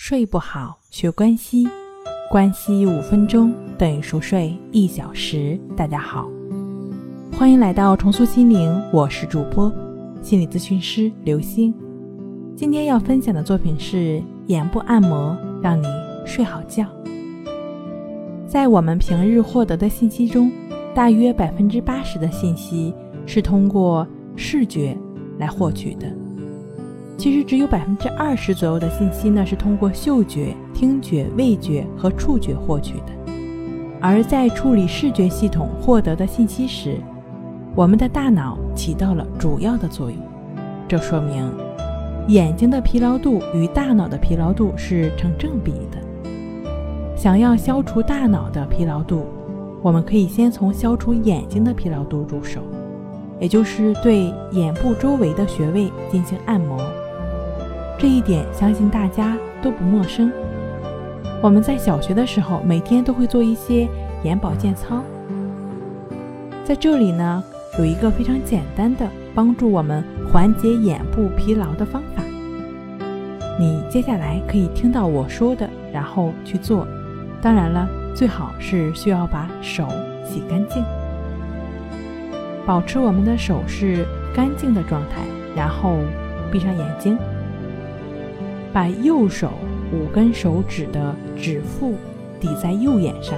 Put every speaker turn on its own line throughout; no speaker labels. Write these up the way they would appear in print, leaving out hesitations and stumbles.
睡不好学关西，关西5分钟等于熟睡1小时。大家好，欢迎来到重塑心灵，我是主播心理咨询师刘星。今天要分享的作品是眼部按摩，让你睡好觉。在我们平日获得的信息中，大约80%的信息是通过视觉来获取的，其实只有20%左右的信息呢是通过嗅觉、听觉、味觉和触觉获取的。而在处理视觉系统获得的信息时，我们的大脑起到了主要的作用。这说明眼睛的疲劳度与大脑的疲劳度是成正比的。想要消除大脑的疲劳度，我们可以先从消除眼睛的疲劳度入手，也就是对眼部周围的穴位进行按摩。这一点相信大家都不陌生。我们在小学的时候每天都会做一些眼保健操。在这里呢，有一个非常简单的帮助我们缓解眼部疲劳的方法。你接下来可以听到我说的，然后去做。当然了，最好是需要把手洗干净，保持我们的手是干净的状态，然后闭上眼睛，把右手5根手指的指腹抵在右眼上，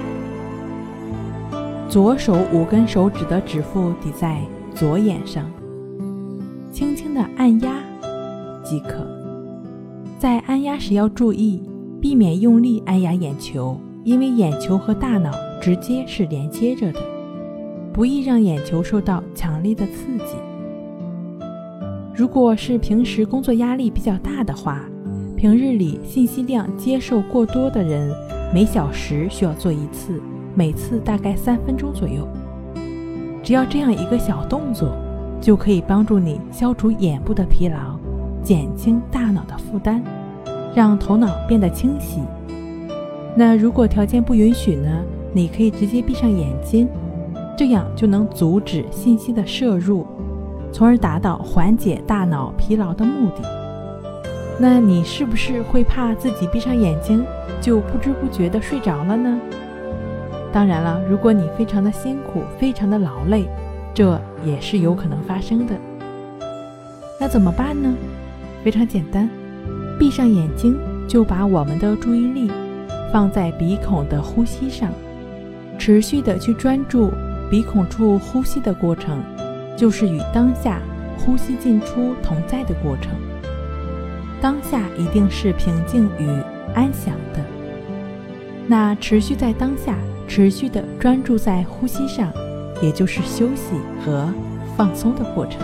左手5根手指的指腹抵在左眼上，轻轻地按压即可。在按压时要注意，避免用力按压眼球，因为眼球和大脑直接是连接着的，不易让眼球受到强烈的刺激。如果是平时工作压力比较大的话，平日里信息量接受过多的人，每小时需要做1次，每次大概3分钟左右。只要这样一个小动作，就可以帮助你消除眼部的疲劳，减轻大脑的负担，让头脑变得清晰。那如果条件不允许呢，你可以直接闭上眼睛，这样就能阻止信息的摄入，从而达到缓解大脑疲劳的目的。那你是不是会怕自己闭上眼睛就不知不觉地睡着了呢？当然了，如果你非常的辛苦，非常的劳累，这也是有可能发生的。那怎么办呢？非常简单，闭上眼睛就把我们的注意力放在鼻孔的呼吸上，持续的去专注鼻孔处呼吸的过程，就是与当下呼吸进出同在的过程。当下一定是平静与安详的。那持续在当下，持续的专注在呼吸上，也就是休息和放松的过程。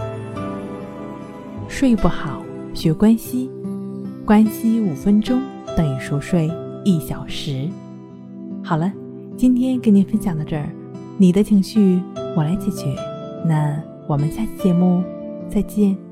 睡不好学关西，关西5分钟等于熟睡1小时。好了，今天跟您分享到这儿，你的情绪我来解决。那我们下期节目再见。